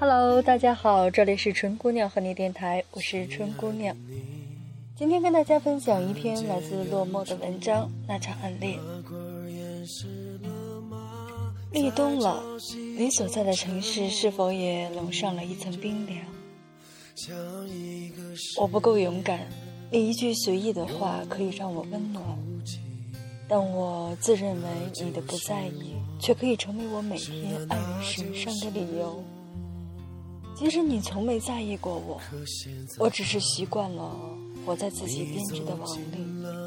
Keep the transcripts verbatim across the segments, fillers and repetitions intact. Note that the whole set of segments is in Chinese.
Hello， 大家好，这里是春姑娘和你电台，我是春姑娘。今天跟大家分享一篇来自落寞的文章，那场暗恋。立冬了，你所在的城市是否也笼上了一层冰凉？我不够勇敢，你一句随意的话可以让我温暖，但我自认为你的不在意却可以成为我每天爱人神伤的理由。即使你从没在意过我，我只是习惯了活在自己编织的网里。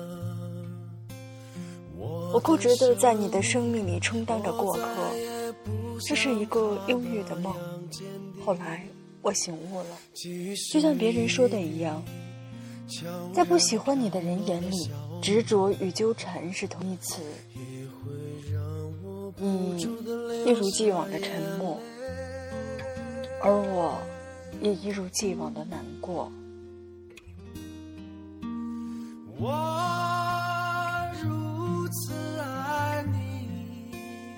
我固执地在你的生命里充当着过客，这是一个忧郁的梦。后来我醒悟了，就像别人说的一样，在不喜欢你的人眼里，执着与纠缠是同义词。你一如既往的沉默，而我也一如既往的难过。 我如此爱你。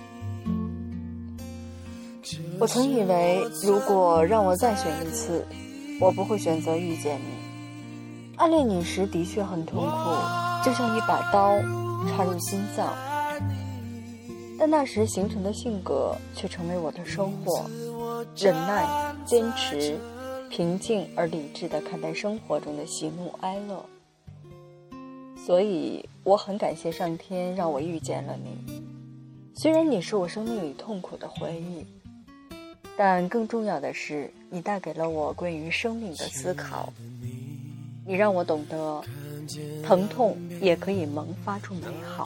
我曾以为，如果让我再选一次，我不会选择遇见你。暗恋你时的确很痛苦，就像一把刀插入心脏，但那时形成的性格却成为我的收获。忍耐、坚持、平静而理智地看待生活中的喜怒哀乐。所以我很感谢上天让我遇见了你。虽然你是我生命里痛苦的回忆，但更重要的是，你带给了我关于生命的思考。你让我懂得，疼痛也可以萌发出美好。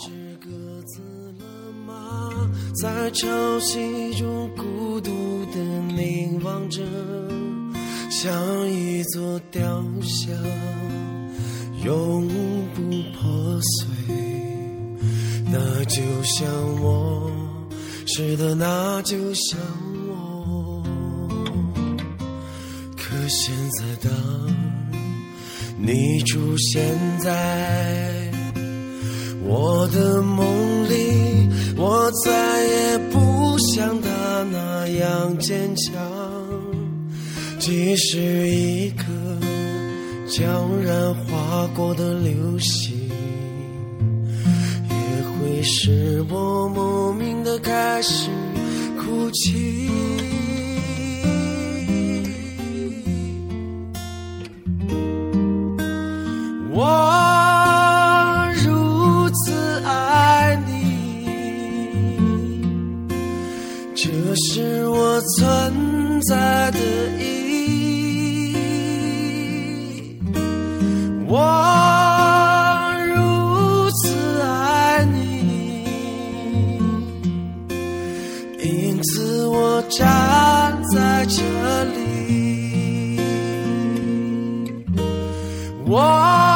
在潮汐中孤独地凝望着，像一座雕像，永不破碎。那就像我，是的，那就像我。可现在当你出现在我的梦里，我再也不像他那样坚强。即使一颗悄然划过的流星，也会使我莫名的开始哭泣。我这是我存在的意义。我如此爱你，因此我站在这里。我